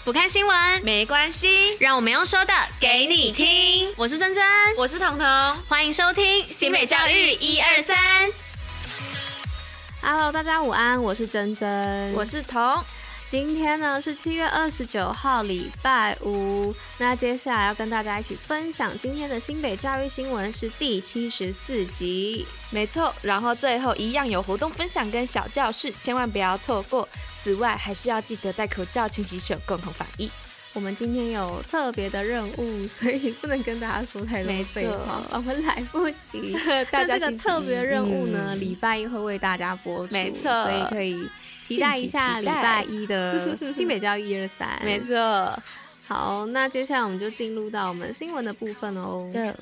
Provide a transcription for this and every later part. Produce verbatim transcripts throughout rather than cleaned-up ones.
不看新闻没关系， 让我们用说的给你听。我是珍珍， 我是彤彤， 欢迎收听新北教育一二三。Hello， 大家午安，我是珍珍， 我是彤。 今天呢是七月二十九号，礼拜五。那接下来要跟大家一起分享今天的新北教育新闻是第七十四集， 没错。然后最后一样有活动分享跟小教室，千万不要错过。此外，还是要记得戴口罩、勤洗手，共同防疫。 我们今天有特别的任务，所以不能跟大家说太多废话，我们来不及。 大家这个特别任务呢，礼、嗯、拜一会为大家播出， 没错， 所以可以期待一下礼拜一的新北教育一二三。 没错。 好，那接下来我们就进入到我们新闻的部分哦。 Go。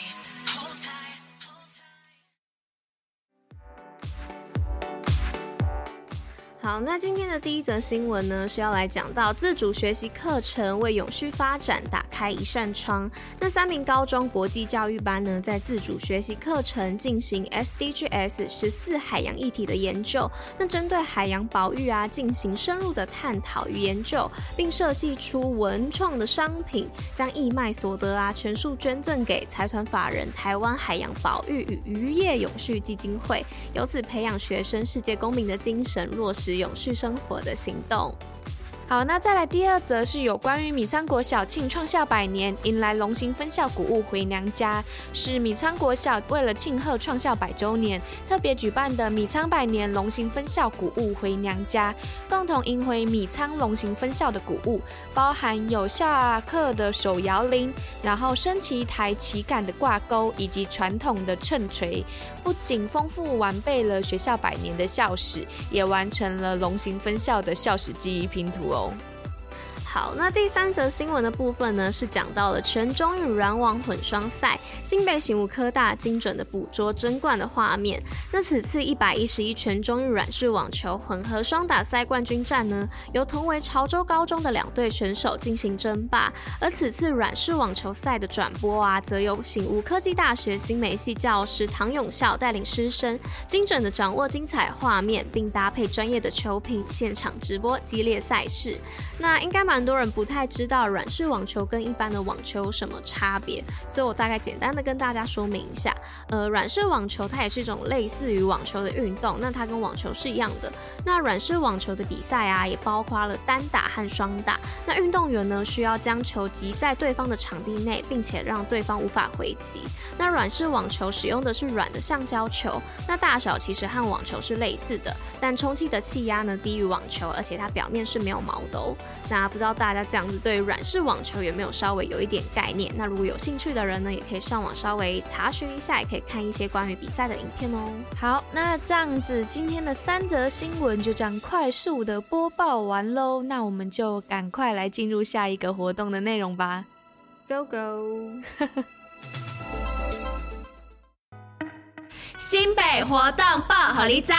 好，那今天的第一则新闻呢，是要来讲到自主学习课程为永续发展打开一扇窗。那三名高中国际教育班呢，在自主学习课程进行 S D Gs 十四海洋议题的研究，那针对海洋保育啊，进行深入的探讨与研究，并设计出文创的商品，将义卖所得啊，全数捐赠给财团法人台湾海洋保育与渔业永续基金会，由此培养学生世界公民的精神，落实永续生活的行动。 好，那再来第二则是有关于米仓国小庆创校百年，迎来龙行分校古物回娘家，是米仓国小为了庆贺创校百周年，特别举办的米仓百年龙行分校古物回娘家，共同迎回米仓龙行分校的古物，包含有下课的手摇铃，然后升旗台旗杆的挂钩，以及传统的秤锤，不仅丰富完备了学校百年的校史，也完成了龙行分校的校史记忆拼图哦。 好，那第三则新闻的部分呢，是讲到了全中与软网混双赛，新北醒吾科大精准的捕捉争冠的画面。那此次一百一十一全中与软式网球混合双打赛冠军战呢，由同为潮州高中的两队选手进行争霸。而此次软式网球赛的转播啊，则由醒吾科技大学新媒系教师唐永孝带领师生，精准的掌握精彩画面，并搭配专业的球评，现场直播激烈赛事。那应该蛮很多人不太知道软式网球跟一般的网球有什么差别，所以我大概简单的跟大家说明一下。呃，软式网球它也是一种类似于网球的运动，那它跟网球是一样的。那软式网球的比赛啊，也包括了单打和双打。那运动员呢，需要将球击在对方的场地内，并且让对方无法回击。那软式网球使用的是软的橡胶球，那大小其实和网球是类似的，但充气的气压呢低于网球，而且它表面是没有毛的哦。那不知道大家这样子对软式网球有没有稍微有一点概念？那如果有兴趣的人呢，也可以上网稍微查询一下，也可以看一些关于比赛的影片哦。 好，那这样子今天的三则新闻就这样快速的播报完喽，那我们就赶快来进入下一个活动的内容吧。 Go go！ 新北活动报给你知。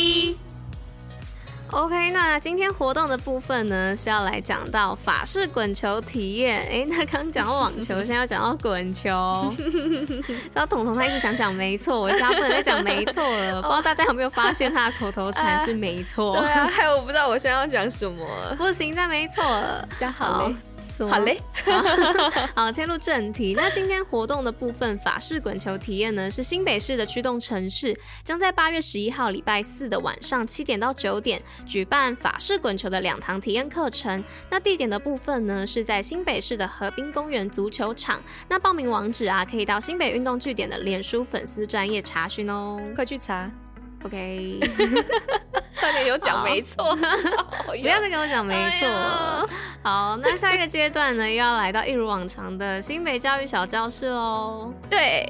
OK， 那今天活动的部分呢，是要来讲到法式滚球体验。哎，那刚讲到网球，现在要讲到滚球。知道彤彤他一直想讲没错，我现在不能再讲没错了。不知道大家有没有发现他的口头禅是没错？ 对啊，还有我不知道我现在要讲什么。 不行，再没错了。 讲好嘞。 好嘞，好，切入正题。那今天活动的部分，法式滚球体验呢，是新北市的驱动城市，将在八月十一号礼拜四的晚上七点到九点举办法式滚球的两堂体验课程。那地点的部分呢，是在新北市的河滨公园足球场。那报名网址啊，可以到新北运动据点的脸书粉丝专页查询哦， 快去查。 OK， 差点有讲没错， 不要再跟我讲没错。哎、好，那下一个阶段呢，又要来到一如往常的新北教育小教室喽。 对，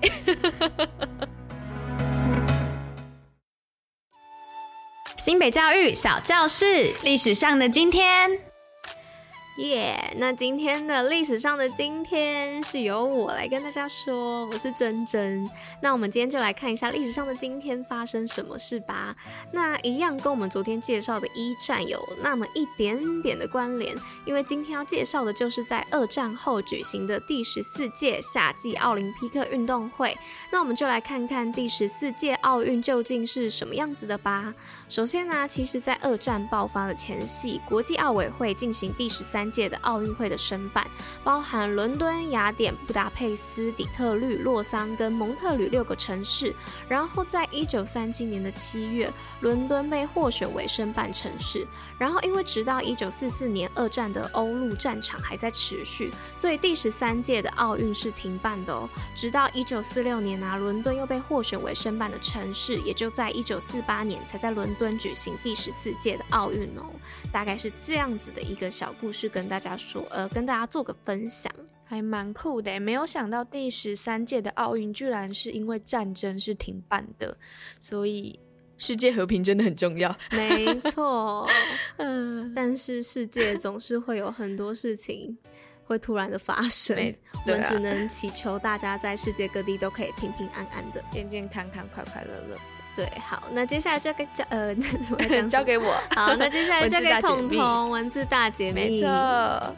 新北教育小教室， 历史上的今天。 耶、yeah, 那今天的历史上的今天是由我来跟大家说，我是珍珍。那我们今天就来看一下历史上的今天发生什么事吧。那一样跟我们昨天介绍的一战有那么一点点的关联，因为今天要介绍的就是在二战后举行的第十四届夏季奥林匹克运动会。那我们就来看看第十四届奥运究竟是什么样子的吧。首先呢、啊，其实在二战爆发的前夕，国际奥委会进行第十三届的奥运会的申办，包含伦敦、雅典、布达佩斯、底特律、洛桑跟蒙特吕六个城市。然后在一九三七年的七月，伦敦被获选为申办城市。然后因为直到一九四四年二战的欧陆战场还在持续，所以第十三届的奥运是停办的哦。直到一九四六年啊，伦敦又被获选为申办的城市，也就在一九四八年才在伦敦举行第十四届的奥运哦。大概是这样子的一个小故事跟大家说，呃，跟大家做个分享。 还蛮酷的，没有想到第十三届的奥运居然是因为战争是停办的，所以世界和平真的很重要。 没错，嗯，但是世界总是会有很多事情会突然的发生，啊、我们只能祈求大家在世界各地都可以平平安安的、 健健康康、快快乐乐。 对，好，那接下来就给交呃， 交给我。 好，那接下来就给彤彤文字大解密。 没错。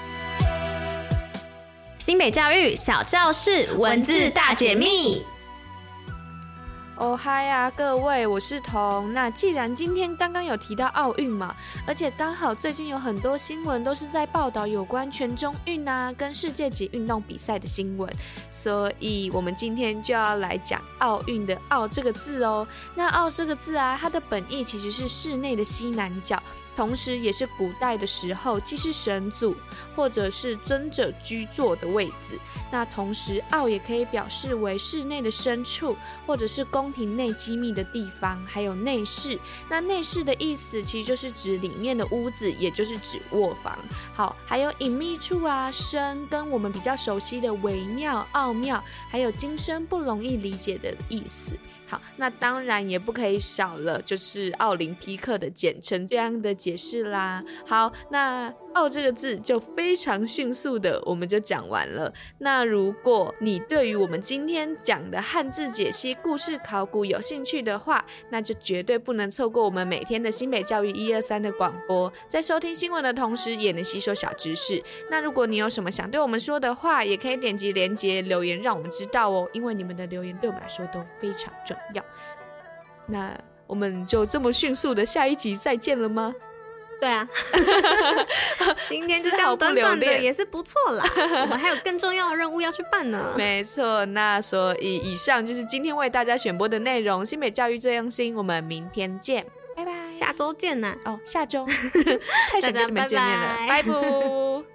新北教育小教室文字大解密。 哦嗨啊，各位，我是彤。那既然今天刚刚有提到奥运嘛，而且刚好最近有很多新闻都是在报道有关全中运啊跟世界级运动比赛的新闻，所以我们今天就要来讲奥运的奥这个字哦。那奥这个字啊，它的本意其实是室内的西南角，同时也是古代的时候既是神祖或者是尊者居坐的位置。那同时奥也可以表示为室内的深处，或者是宫廷内机密的地方，还有内室。那内室的意思其实就是指里面的屋子，也就是指卧房。好，还有隐秘处啊，深跟我们比较熟悉的微妙、奥妙，还有今生不容易理解的意思。好，那当然也不可以少了就是奥林匹克的简称这样的解释啦。好，那奥这个字就非常迅速的我们就讲完了。那如果你对于我们今天讲的汉字解析、故事考古有兴趣的话，那就绝对不能错过我们每天的新北教育一二三的广播，在收听新闻的同时也能吸收小知识。那如果你有什么想对我们说的话，也可以点击连结留言让我们知道哦，因为你们的留言对我们来说都非常重要。那我们就这么迅速的下一集再见了吗？ 对啊，今天就这样短短的也是不错啦。我们还有更重要的任务要去办呢。 没错，那所以以上就是今天为大家选播的内容。新北教育最用心，我们明天见，拜拜。 下周见呐！ 哦，下周太想跟你们见面了，拜拜。